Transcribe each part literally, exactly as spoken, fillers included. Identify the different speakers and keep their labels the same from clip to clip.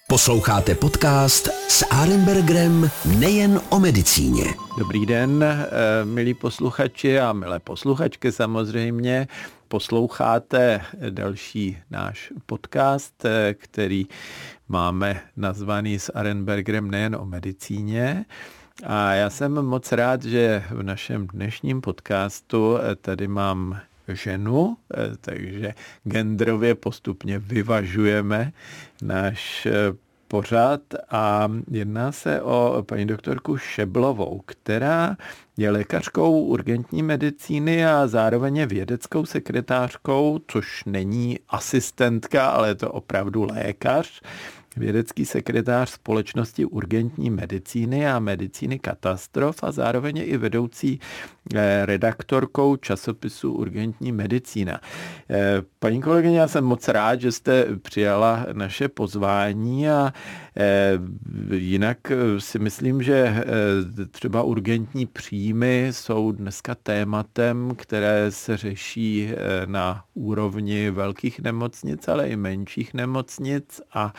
Speaker 1: Posloucháte podcast s Arenbergerem nejen o medicíně.
Speaker 2: Dobrý den, milí posluchači a milé posluchačky samozřejmě. Posloucháte další náš podcast, který máme nazvaný s Arenbergerem nejen o medicíně. A já jsem moc rád, že v našem dnešním podcastu tady mám ženu, takže genderově postupně vyvažujeme náš pořad a jedná se o paní doktorku Šeblovou, která je lékařkou urgentní medicíny a zároveň je vědeckou sekretářkou, což není asistentka, ale je to opravdu lékař. Vědecký sekretář společnosti urgentní medicíny a medicíny katastrof a zároveň je i vedoucí redaktorkou časopisu Urgentní medicína. Paní kolegyně, já jsem moc rád, že jste přijala naše pozvání a jinak si myslím, že třeba urgentní příjmy jsou dneska tématem, které se řeší na úrovni velkých nemocnic, ale i menších nemocnic a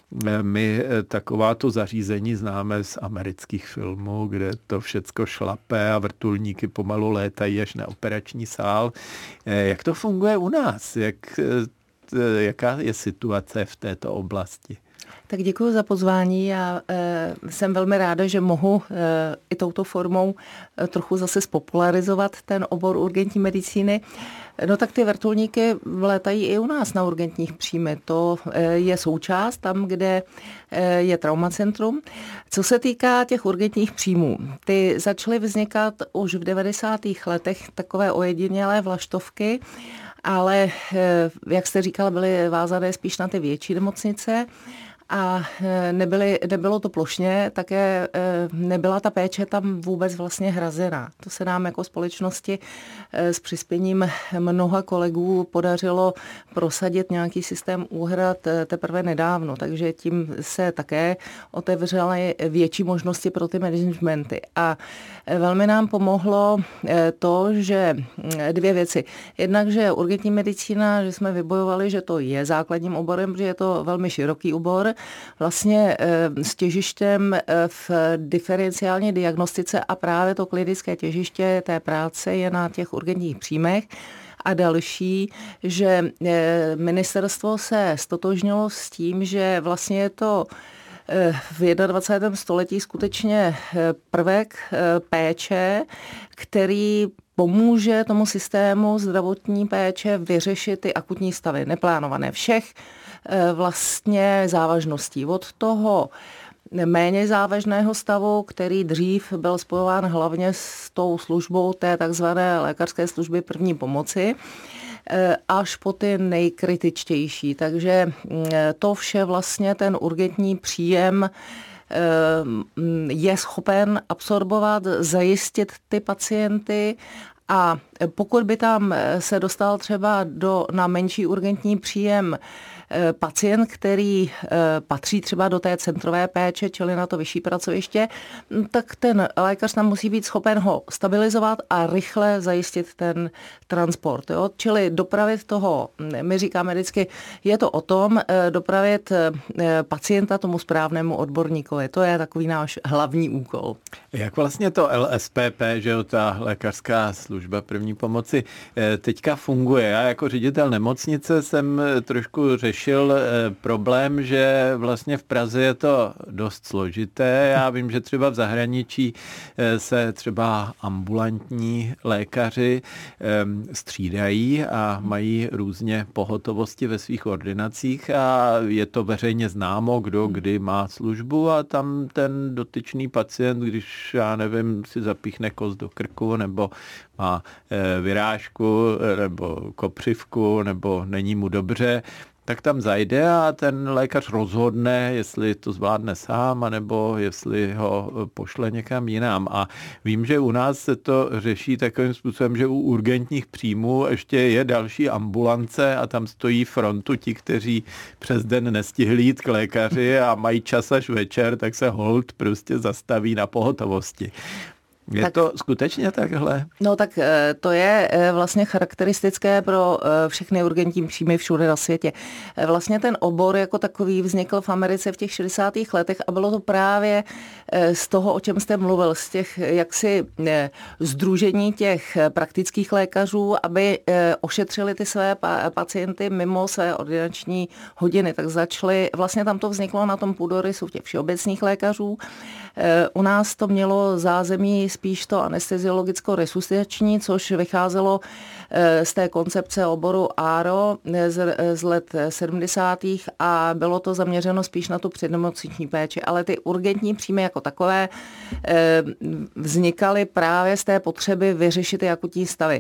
Speaker 2: my takováto zařízení známe z amerických filmů, kde to všecko šlape a vrtulníky pomalu létají až na operační sál. Jak to funguje u nás? Jak, jaká je situace v této oblasti?
Speaker 3: Tak děkuji za pozvání. Já e, jsem velmi ráda, že mohu e, i touto formou e, trochu zase spopularizovat ten obor urgentní medicíny. No tak ty vrtulníky létají i u nás na urgentních příjmy. To e, je součást tam, kde e, je traumacentrum. Co se týká těch urgentních příjmů, ty začaly vznikat už v devadesátých letech takové ojedinělé vlaštovky, ale e, jak jste říkala, byly vázané spíš na ty větší nemocnice. A nebyly, nebylo to plošně, také nebyla ta péče tam vůbec vlastně hrazená. To se nám jako společnosti s přispěním mnoha kolegů podařilo prosadit nějaký systém úhrad teprve nedávno, takže tím se také otevřely větší možnosti pro ty managementy. A velmi nám pomohlo to, že dvě věci. Jednak, že urgentní medicína, že jsme vybojovali, že to je základním oborem, protože je to velmi široký obor, vlastně s těžištěm v diferenciální diagnostice a právě to klinické těžiště té práce je na těch urgentních příjmech. A další, že ministerstvo se stotožnilo s tím, že vlastně je to v dvacátém prvním století skutečně prvek péče, který pomůže tomu systému zdravotní péče vyřešit ty akutní stavy, neplánované všech vlastně závažností. Od toho méně závažného stavu, který dřív byl spojován hlavně s tou službou té takzvané lékařské služby první pomoci, až po ty nejkritičtější. Takže to vše vlastně ten urgentní příjem je schopen absorbovat, zajistit ty pacienty. A pokud by tam se dostal třeba do, na menší urgentní příjem pacient, který patří třeba do té centrové péče, čili na to vyšší pracoviště, tak ten lékař tam musí být schopen ho stabilizovat a rychle zajistit ten transport. Jo? Čili dopravit toho, my říkáme vždycky, je to o tom dopravit pacienta tomu správnému odborníkovi. To je takový náš hlavní úkol.
Speaker 2: Jak vlastně to L S P P, že jo, ta lékařská služba první pomoci, teďka funguje? Já jako ředitel nemocnice jsem trošku řešil problém, že vlastně v Praze je to dost složité. Já vím, že třeba v zahraničí se třeba ambulantní lékaři střídají a mají různě pohotovosti ve svých ordinacích a je to veřejně známo, kdo kdy má službu a tam ten dotyčný pacient, když, já nevím, si zapíchne kost do krku nebo má vyrážku nebo kopřivku nebo není mu dobře, tak tam zajde a ten lékař rozhodne, jestli to zvládne sám, anebo jestli ho pošle někam jinam. A vím, že u nás se to řeší takovým způsobem, že u urgentních příjmů ještě je další ambulance a tam stojí frontu ti, kteří přes den nestihli jít k lékaři a mají čas až večer, tak se hold prostě zastaví na pohotovosti. Je
Speaker 3: tak,
Speaker 2: to skutečně takhle?
Speaker 3: No tak to je vlastně charakteristické pro všechny urgentní příjmy všude na světě. Vlastně ten obor jako takový vznikl v Americe v těch šedesátých letech a bylo to právě z toho, o čem jste mluvil, z těch jaksi sdružení těch praktických lékařů, aby ošetřili ty své pacienty mimo své ordinační hodiny. Tak začali, vlastně tam to vzniklo na tom půdorysu těch všeobecných lékařů. U nás to mělo zázemí spíš to anesteziologicko-resuscitační, což vycházelo z té koncepce oboru A R O z, z let sedmdesátých a bylo to zaměřeno spíš na tu přednemocniční péči, ale ty urgentní příjmy jako takové vznikaly právě z té potřeby vyřešit ty akutní stavy.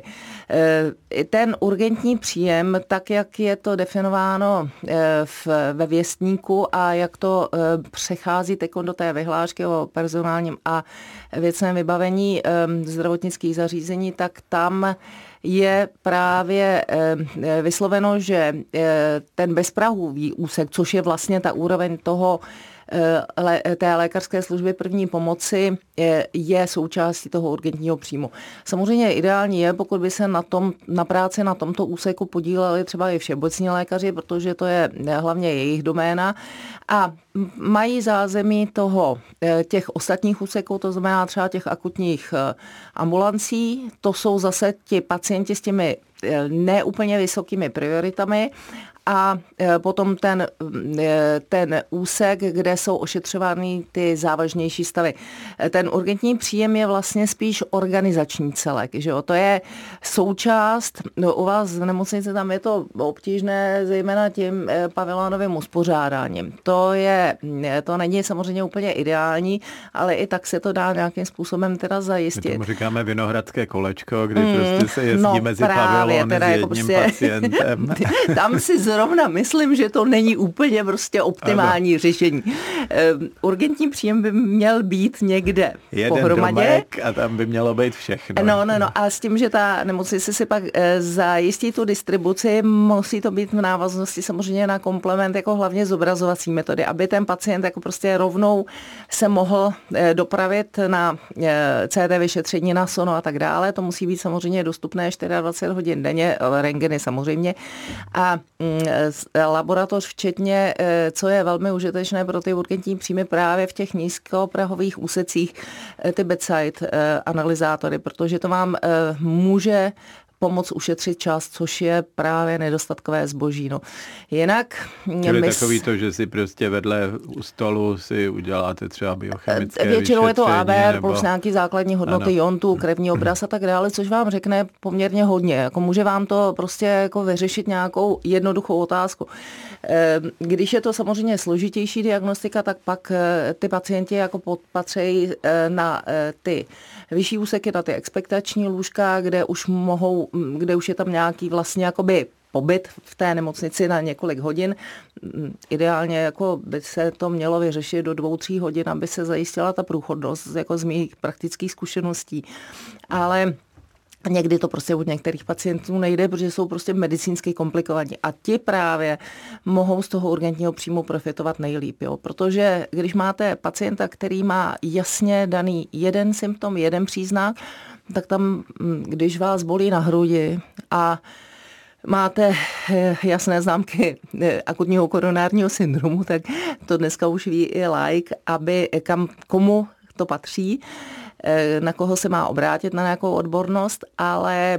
Speaker 3: Ten urgentní příjem, tak jak je to definováno v, ve věstníku a jak to přechází teď do té vyhlášky o personálním a věcném vybavení zdravotnických zařízení, tak tam je právě vysloveno, že ten bezprahový úsek, což je vlastně ta úroveň toho té lékařské služby první pomoci, je, je součástí toho urgentního příjmu. Samozřejmě ideální je, pokud by se na, tom, na práci na tomto úseku podíleli třeba i všeobecní lékaři, protože to je hlavně jejich doména a mají zázemí toho, těch ostatních úseků, to znamená třeba těch akutních ambulancí, to jsou zase ti pacienti s těmi neúplně vysokými prioritami a potom ten, ten úsek, kde jsou ošetřovány ty závažnější stavy. Ten urgentní příjem je vlastně spíš organizační celek. Že jo? To je součást, no, u vás v nemocnici tam je to obtížné, zejména tím pavilonovým uspořádáním. To je, to není samozřejmě úplně ideální, ale i tak se to dá nějakým způsobem teda zajistit. My
Speaker 2: tomu říkáme vinohradské kolečko, kdy mm, prostě se jezdí
Speaker 3: no,
Speaker 2: mezi pavilony s jedním prostě, pacientem.
Speaker 3: Tam si zrovna myslím, že to není úplně prostě optimální ano. řešení. Urgentní příjem by měl být někde
Speaker 2: jeden
Speaker 3: pohromadě.
Speaker 2: Domek a tam by mělo být všechno.
Speaker 3: No, no, no. A s tím, že ta nemocnice si pak zajistí tu distribuci, musí to být v návaznosti samozřejmě na komplement jako hlavně zobrazovací metody, aby ten pacient jako prostě rovnou se mohl dopravit na C T vyšetření, na sono a tak dále. To musí být samozřejmě dostupné dvacet čtyři hodin denně, rentgeny samozřejmě. A laboratoř včetně, co je velmi užitečné pro ty urgentní příjmy právě v těch nízkoprahových úsecích, ty bedside analyzátory, protože to vám může pomoct ušetřit čas, což je právě nedostatkové zboží. No. Jinak...
Speaker 2: Čili my... takový to, že si prostě vedle u stolu si uděláte třeba biochemické
Speaker 3: většinou je to A B R
Speaker 2: nebo...
Speaker 3: plus nějaký základní hodnoty jontů, krevní obraz a tak dále, což vám řekne poměrně hodně. Jako může vám to prostě jako vyřešit nějakou jednoduchou otázku. Když je to samozřejmě složitější diagnostika, tak pak ty pacienti jako patří na ty vyšší úseky, na ty expektační lůžka, kde už mohou, kde už je tam nějaký vlastně jakoby pobyt v té nemocnici na několik hodin. Ideálně jako by se to mělo vyřešit do dvou, tří hodin, aby se zajistila ta průchodnost jako z mých praktických zkušeností. Ale někdy to prostě od některých pacientů nejde, protože jsou prostě medicínsky komplikovaní. A ti právě mohou z toho urgentního příjmu profitovat nejlíp. Jo? Protože když máte pacienta, který má jasně daný jeden symptom, jeden příznak, tak tam, když vás bolí na hrudi a máte jasné známky akutního koronárního syndromu, tak to dneska už ví i laik, aby kam, komu to patří, na koho se má obrátit, na nějakou odbornost, ale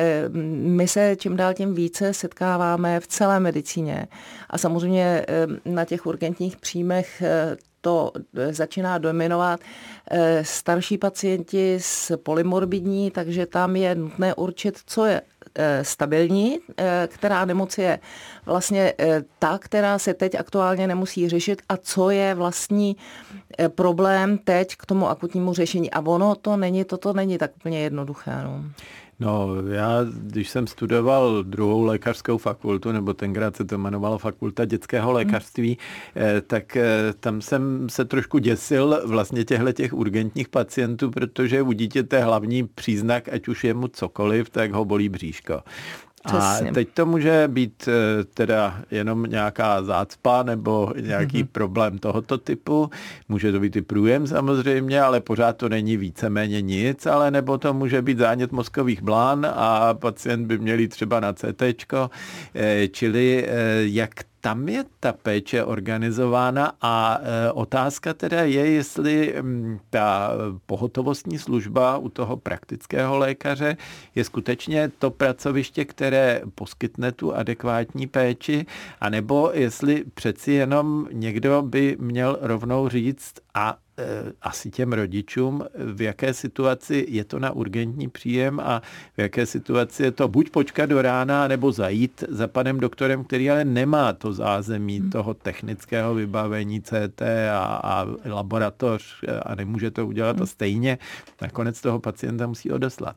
Speaker 3: my se čím dál tím více setkáváme v celé medicíně a samozřejmě na těch urgentních příjmech to začíná dominovat starší pacienti s polymorbidní, takže tam je nutné určit, co je stabilní, která nemoc je vlastně ta, která se teď aktuálně nemusí řešit a co je vlastní problém teď k tomu akutnímu řešení. A ono to není, toto není tak úplně jednoduché. No.
Speaker 2: No, já, když jsem studoval druhou lékařskou fakultu, nebo tenkrát se to jmenovalo Fakulta dětského lékařství, hmm. tak tam jsem se trošku děsil vlastně těchto těch urgentních pacientů, protože u dítěte hlavní příznak, ať už je mu cokoliv, tak ho bolí bříško. Přesně. A teď to může být teda jenom nějaká zácpa nebo nějaký mm-hmm. problém tohoto typu. Může to být i průjem samozřejmě, ale pořád to není víceméně nic, ale nebo to může být zánět mozkových blán a pacient by měl jít třeba na cé téčko, čili jak tam je ta péče organizována a e, otázka teda je, jestli m, ta pohotovostní služba u toho praktického lékaře je skutečně to pracoviště, které poskytne tu adekvátní péči, anebo jestli přeci jenom někdo by měl rovnou říct a asi těm rodičům, v jaké situaci je to na urgentní příjem a v jaké situaci je to buď počkat do rána, nebo zajít za panem doktorem, který ale nemá to zázemí hmm. toho technického vybavení cé té a, a laboratoř a nemůže to udělat hmm. a stejně nakonec toho pacienta musí odeslat.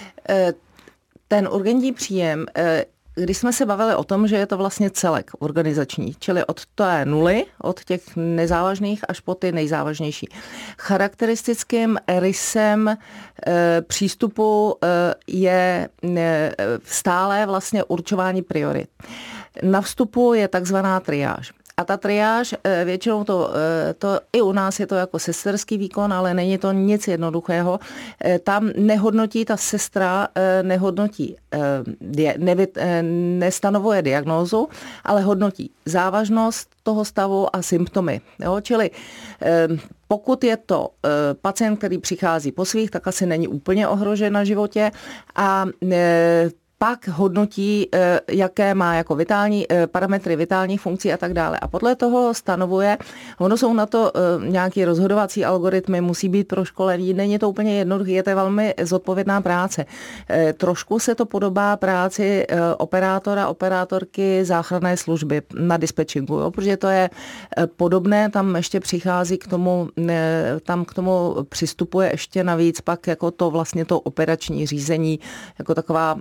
Speaker 3: Ten urgentní příjem, když jsme se bavili o tom, že je to vlastně celek organizační, čili od té nuly, od těch nezávažných až po ty nejzávažnější. Charakteristickým rysem e, přístupu e, je e, stále vlastně určování priorit. Na vstupu je takzvaná triáž. A ta triáž, většinou to, to, i u nás je to jako sesterský výkon, ale není to nic jednoduchého. Tam nehodnotí ta sestra, nehodnotí, nevy, nestanovuje diagnózu, ale hodnotí závažnost toho stavu a symptomy. Jo? Čili pokud je to pacient, který přichází po svých, tak asi není úplně ohrožen na životě a pak hodnotí, jaké má jako vitální parametry vitálních funkcí a tak dále. A podle toho stanovuje, ono jsou na to nějaké rozhodovací algoritmy, musí být proškolený, není to úplně jednoduché, je to velmi zodpovědná práce. Trošku se to podobá práci operátora, operátorky záchranné služby na dispečingu, jo? Protože to je podobné, tam ještě přichází k tomu, tam k tomu přistupuje ještě navíc pak jako to vlastně to operační řízení, jako taková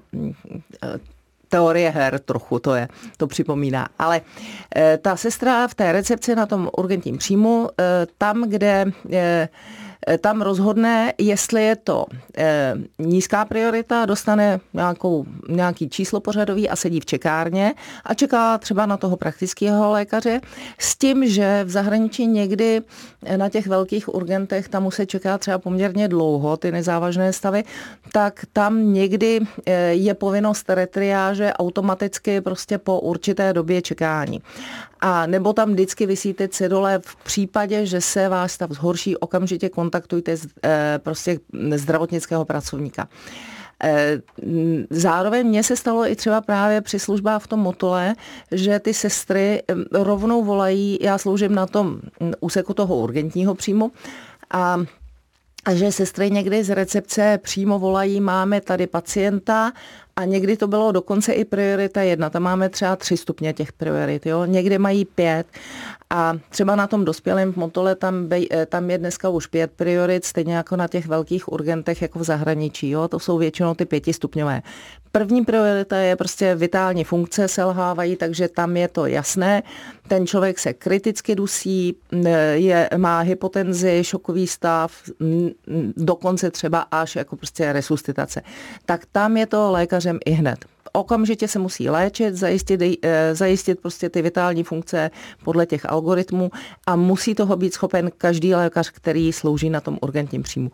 Speaker 3: teorie her trochu to je, to připomíná. Ale e, ta sestra v té recepci na tom urgentním příjmu, e, tam, kde e, tam rozhodne, jestli je to e, nízká priorita, dostane nějakou, nějaký číslo pořadový a sedí v čekárně a čeká třeba na toho praktického lékaře s tím, že v zahraničí někdy na těch velkých urgentech tam se čeká třeba poměrně dlouho, ty nezávažné stavy, tak tam někdy e, je povinnost retriáže automaticky prostě po určité době čekání. A nebo tam vždycky vysíte cedule v případě, že se váš stav zhorší, okamžitě kontaktujte e, prostě zdravotnického pracovníka. E, zároveň mně se stalo i třeba právě při službách v tom Motole, že ty sestry rovnou volají, já sloužím na tom úseku toho urgentního příjmu a A že sestry někdy z recepce přímo volají, máme tady pacienta a někdy to bylo dokonce i priorita jedna. Tam máme třeba tři stupně těch priorit, jo? Někdy mají pět a třeba na tom dospělém v Motole tam, bej, tam je dneska už pět priorit, stejně jako na těch velkých urgentech jako v zahraničí. Jo? To jsou většinou ty pětistupňové. První priorita je prostě vitální funkce selhávají, takže tam je to jasné. Ten člověk se kriticky dusí, je, má hypotenzi, šokový stav, dokonce třeba až jako prostě resuscitace. Tak tam je to lékařem i hned. Okamžitě se musí léčit, zajistit, zajistit prostě ty vitální funkce podle těch algoritmů a musí toho být schopen každý lékař, který slouží na tom urgentním příjmu.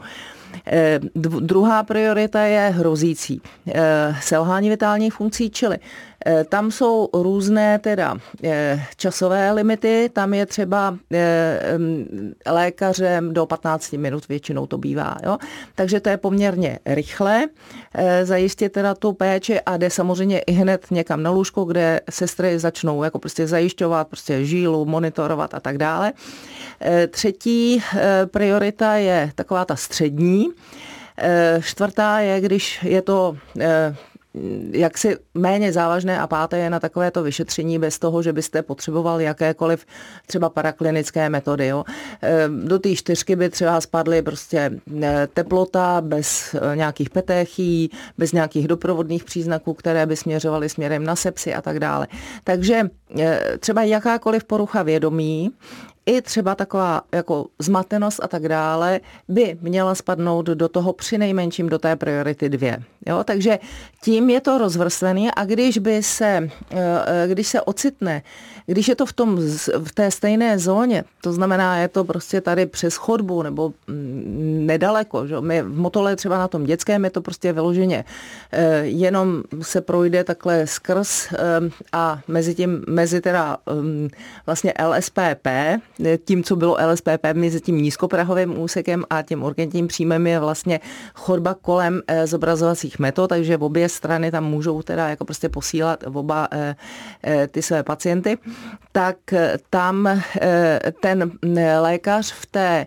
Speaker 3: Druhá priorita je hrozící selhání vitálních funkcí, čili tam jsou různé teda časové limity, tam je třeba lékařem do patnáct minut, většinou to bývá. Jo? Takže to je poměrně rychle zajistit teda tu péči a jde samozřejmě i hned někam na lůžko, kde sestry začnou jako prostě zajišťovat prostě žílu, monitorovat a tak dále. Třetí priorita je taková ta střední. Čtvrtá je, když je to jaksi méně závažné a páté je na takovéto vyšetření bez toho, že byste potřeboval jakékoliv třeba paraklinické metody. Jo. Do té čtyřky by třeba spadly prostě teplota bez nějakých petéchií, bez nějakých doprovodných příznaků, které by směřovaly směrem na sepsi a tak dále. Takže třeba jakákoliv porucha vědomí i třeba taková jako zmatenost a tak dále by měla spadnout do toho přinejmenším do té priority dvě. Jo? Takže tím je to rozvrstvený a když by se, když se ocitne, když je to v, tom, v té stejné zóně, to znamená, je to prostě tady přes chodbu nebo nedaleko, že? My v Motole třeba na tom dětském je to prostě vyloženě jenom se projde takhle skrz a mezi tím, mezi teda vlastně L S P P, tím, co bylo L S P P, mezi tím nízkoprahovým úsekem a tím urgentním příjmem je vlastně chodba kolem zobrazovacích metod, takže v obě strany tam můžou teda jako prostě posílat oba ty své pacienty, tak tam ten lékař v té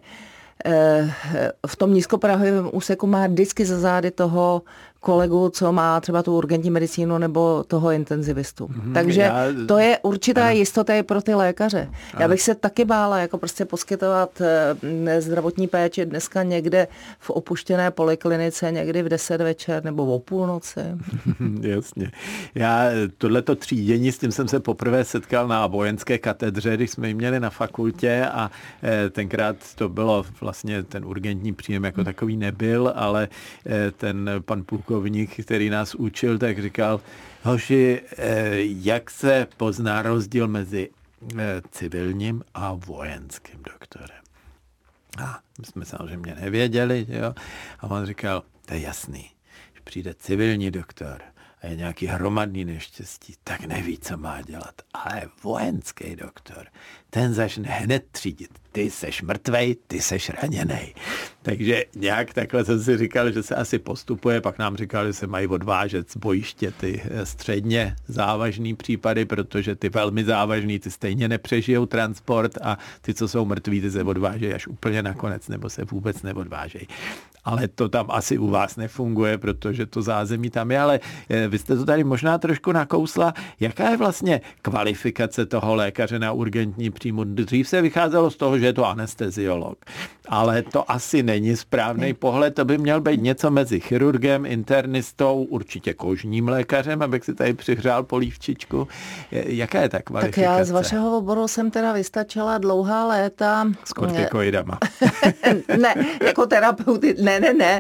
Speaker 3: v tom nízkoprahovém úseku má vždycky za zády toho kolegu, co má třeba tu urgentní medicínu nebo toho intenzivistu. Hmm, Takže já... to je určitá ano. jistota i pro ty lékaře. Ano. Já bych se taky bála jako prostě poskytovat zdravotní péči dneska někde v opuštěné poliklinice, někdy v deset večer nebo o půlnoci.
Speaker 2: Jasně. Já tohleto třídění, s tím jsem se poprvé setkal na vojenské katedře, když jsme ji měli na fakultě a tenkrát to bylo vlastně ten urgentní příjem jako takový nebyl, ale ten pan plukovník, který nás učil, tak říkal, hoši, jak se pozná rozdíl mezi civilním a vojenským doktorem. A my jsme samozřejmě nevěděli, jo? A on říkal, to je jasný, že přijde civilní doktor a je nějaký hromadný neštěstí, tak neví, co má dělat. Ale vojenský doktor, ten začne hned třídit. Ty seš mrtvej, ty seš raněnej. Takže nějak takhle jsem si říkal, že se asi postupuje, pak nám říkal, že se mají odvážet z bojiště ty středně závažný případy, protože ty velmi závažný, ty stejně nepřežijou transport a ty, co jsou mrtví, ty se odvážejí až úplně nakonec, nebo se vůbec neodvážejí. Ale to tam asi u vás nefunguje, protože to zázemí tam je, ale vy jste to tady možná trošku nakousla. Jaká je vlastně kvalifikace toho lékaře na urgentní příjmu? Dřív se vycházelo z toho, že je to anesteziolog, ale to asi není správný pohled, to by měl být něco mezi chirurgem, internistou, určitě kožním lékařem, abych si tady přihřál polívčičku. Jaká je ta kvalifikace?
Speaker 3: Tak já z vašeho oboru jsem teda vystačila dlouhá léta.
Speaker 2: S kortikoidama.
Speaker 3: Ne, jako terapeuty, ne, ne, ne.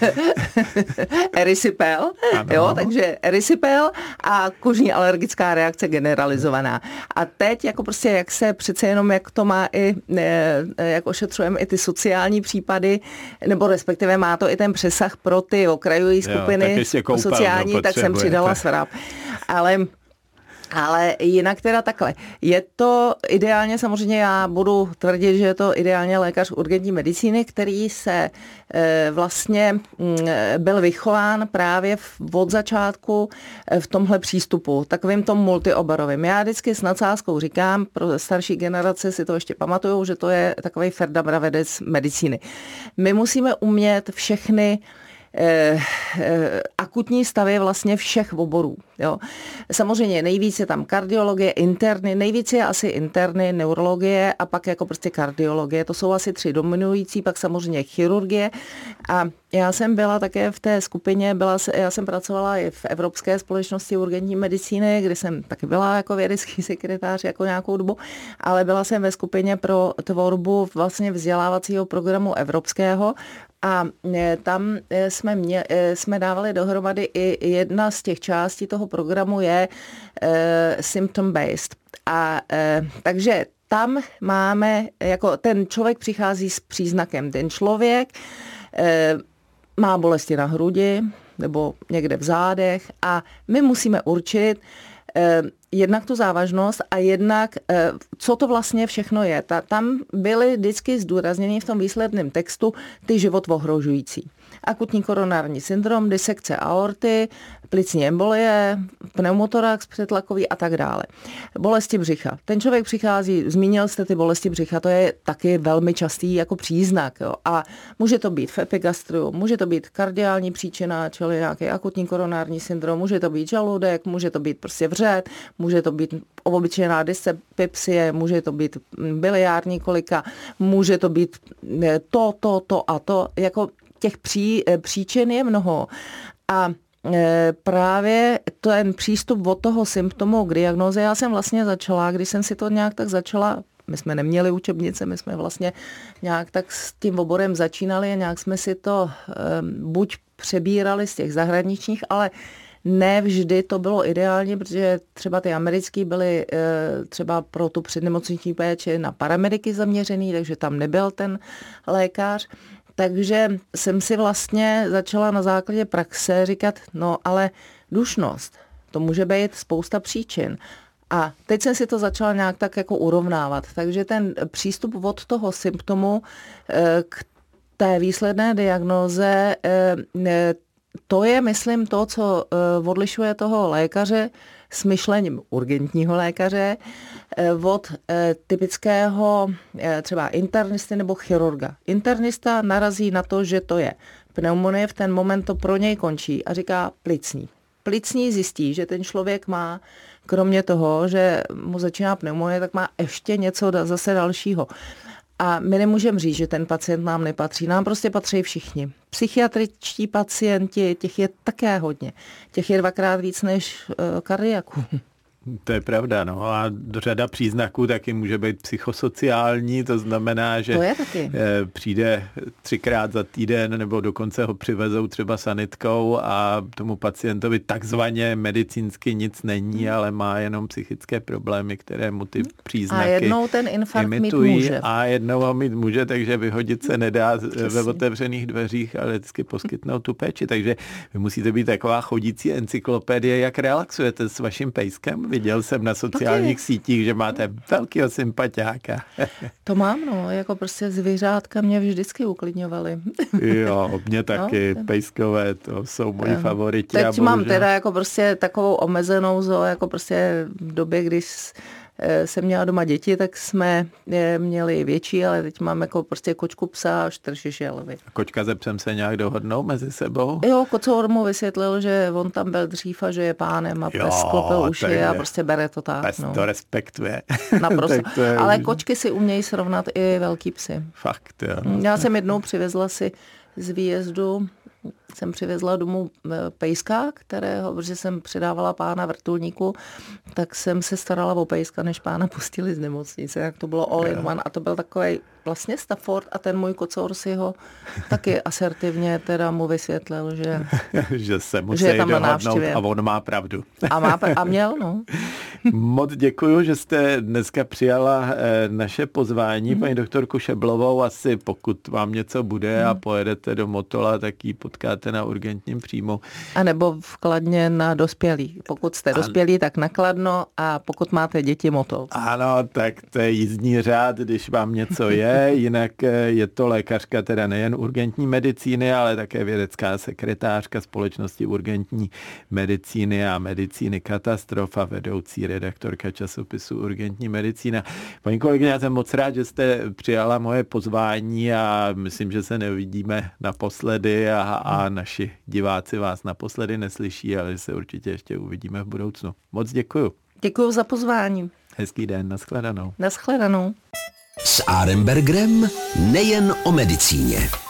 Speaker 3: Erisipel, jo, takže erisipel a kožní alergická reakce generalizovaná. A teď jako prostě, jak se přece jenom, jak to má i, jak ošetřujeme i ty sociální případy, nebo respektive má to i ten přesah pro ty okrajové skupiny jo, sociální, tak jsem přidala svrap. Ale Ale jinak teda takhle. Je to ideálně, samozřejmě já budu tvrdit, že je to ideálně lékař urgentní medicíny, který se e, vlastně e, byl vychován právě v, od začátku e, v tomhle přístupu, takovým tom multioborovým. Já vždycky s nadsázkou říkám, pro starší generace si to ještě pamatujou, že to je takovej Ferda Bravedec medicíny. My musíme umět všechny Eh, eh, akutní stavy vlastně všech oborů. Jo. Samozřejmě nejvíc je tam kardiologie, interny, nejvíc je asi interny, neurologie a pak jako prostě kardiologie. To jsou asi tři dominující, pak samozřejmě chirurgie. A já jsem byla také v té skupině, byla, já jsem pracovala i v Evropské společnosti urgentní medicíny, kde jsem taky byla jako vědecký sekretář jako nějakou dobu, ale byla jsem ve skupině pro tvorbu vlastně vzdělávacího programu evropského. A tam jsme, mě, jsme dávali dohromady i jedna z těch částí toho programu je e, symptom-based. A e, takže tam máme, jako ten člověk přichází s příznakem. Ten člověk e, má bolesti na hrudi nebo někde v zádech a my musíme určit e, jednak tu závažnost a jednak, co to vlastně všechno je. Ta, tam byly vždycky zdůrazněny v tom výsledném textu ty život ohrožující. Akutní koronární syndrom, disekce aorty, plicní embolie, pneumotorax předtlakový a tak dále. Bolesti břicha. Ten člověk přichází, zmínil jste ty bolesti břicha, to je taky velmi častý jako příznak. Jo. A může to být v epigastriu, může to být kardiální příčina, čili nějaký akutní koronární syndrom, může to být žaludek, může to být prostě vřet, může to být obyčejná dyspepsie, může to být biliární kolika, může to být to, to, to a to. Jako těch pří, příčin je mnoho. A právě ten přístup od toho symptomu k diagnoze, já jsem vlastně začala, když jsem si to nějak tak začala my jsme neměli učebnice, my jsme vlastně nějak tak s tím oborem začínali a nějak jsme si to um, buď přebírali z těch zahraničních, ale ne vždy to bylo ideální, protože třeba ty americký byly e, třeba pro tu přednemocniční péči na paramediky zaměřený, takže tam nebyl ten lékař. Takže jsem si vlastně začala na základě praxe říkat, no ale dušnost, to může být spousta příčin. A teď jsem si to začala nějak tak jako urovnávat. Takže ten přístup od toho symptomu e, k té výsledné diagnóze, e, to je, myslím, to, co uh, odlišuje toho lékaře s myšlením urgentního lékaře uh, od uh, typického uh, třeba internisty nebo chirurga. Internista narazí na to, že to je pneumonie, v ten moment to pro něj končí a říká plicní. Plicní zjistí, že ten člověk má, kromě toho, že mu začíná pneumonie, tak má ještě něco zase dalšího. A my nemůžeme říct, že ten pacient nám nepatří. Nám prostě patří všichni. Psychiatričtí pacienti, těch je také hodně. Těch je dvakrát víc než uh, kardiaků.
Speaker 2: To je pravda, no a řada příznaků taky může být psychosociální, to znamená, že
Speaker 3: to je taky.
Speaker 2: Přijde třikrát za týden nebo dokonce ho přivezou třeba sanitkou a tomu pacientovi takzvaně medicínsky nic není, ale má jenom psychické problémy, které mu ty příznaky
Speaker 3: a jednou ten infarkt
Speaker 2: imitují
Speaker 3: mít může.
Speaker 2: A jednou ho mít může, takže vyhodit se nedá ve otevřených dveřích, ale vždycky poskytnout tu péči, takže vy musíte být taková chodící encyklopedie, jak relaxujete s vaším pejskem. Viděl jsem na sociálních sítích, že máte velkýho sympatiáka.
Speaker 3: To mám, no, jako prostě zvířátka mě vždycky uklidňovaly.
Speaker 2: Jo, mě taky, no, pejskové, to jsou moji um, favoriti.
Speaker 3: Teď mám bohužel teda jako prostě takovou omezenou zoo, jako prostě v době, když jsem měla doma děti, tak jsme měli větší, ale teď mám jako prostě kočku, psa a čtyři želvy.
Speaker 2: A kočka se psem se nějak dohodnou mezi sebou?
Speaker 3: Jo, kocour mu vysvětlil, že on tam byl dřív a že je pánem a jo, pes klopil uši a prostě bere to tak.
Speaker 2: Pes
Speaker 3: no.
Speaker 2: to respektuje.
Speaker 3: Naprosto. Ale kočky si umějí srovnat i velký psy.
Speaker 2: Fakt, jo.
Speaker 3: Já jsem jednou přivezla si z výjezdu jsem přivezla domů pejska, kterého, protože jsem přidávala pána vrtulníku, tak jsem se starala o pejska, než pána pustili z nemocnice. Jak to bylo all in one a to byl takovej vlastně Stafford a ten můj kocour si ho taky asertivně teda mu vysvětlil, že,
Speaker 2: že se musí
Speaker 3: že je tam
Speaker 2: dohodnout a on má pravdu.
Speaker 3: A, má, a měl, no.
Speaker 2: Moc děkuju, že jste dneska přijala naše pozvání, mm. paní doktorku Šeblovou. Asi pokud vám něco bude mm. a pojedete do Motola, tak ji potkáte na urgentním příjmu.
Speaker 3: A nebo v Kladně na dospělí. Pokud jste dospělí, tak na Kladno a pokud máte děti, Motol.
Speaker 2: Ano, tak to je jízdní řád, když vám něco je. Jinak je to lékařka teda nejen urgentní medicíny, ale také vědecká sekretářka společnosti urgentní medicíny a medicíny katastrof a vedoucí redaktorka časopisu Urgentní medicína. Paní kolegyně, já jsem moc rád, že jste přijala moje pozvání a myslím, že se neuvidíme naposledy a, a naši diváci vás naposledy neslyší, ale se určitě ještě uvidíme v budoucnu. Moc děkuju.
Speaker 3: Děkuju za pozvání.
Speaker 2: Hezký den, nashledanou.
Speaker 3: Nashledanou.
Speaker 1: S Arenbergerem nejen o medicíně.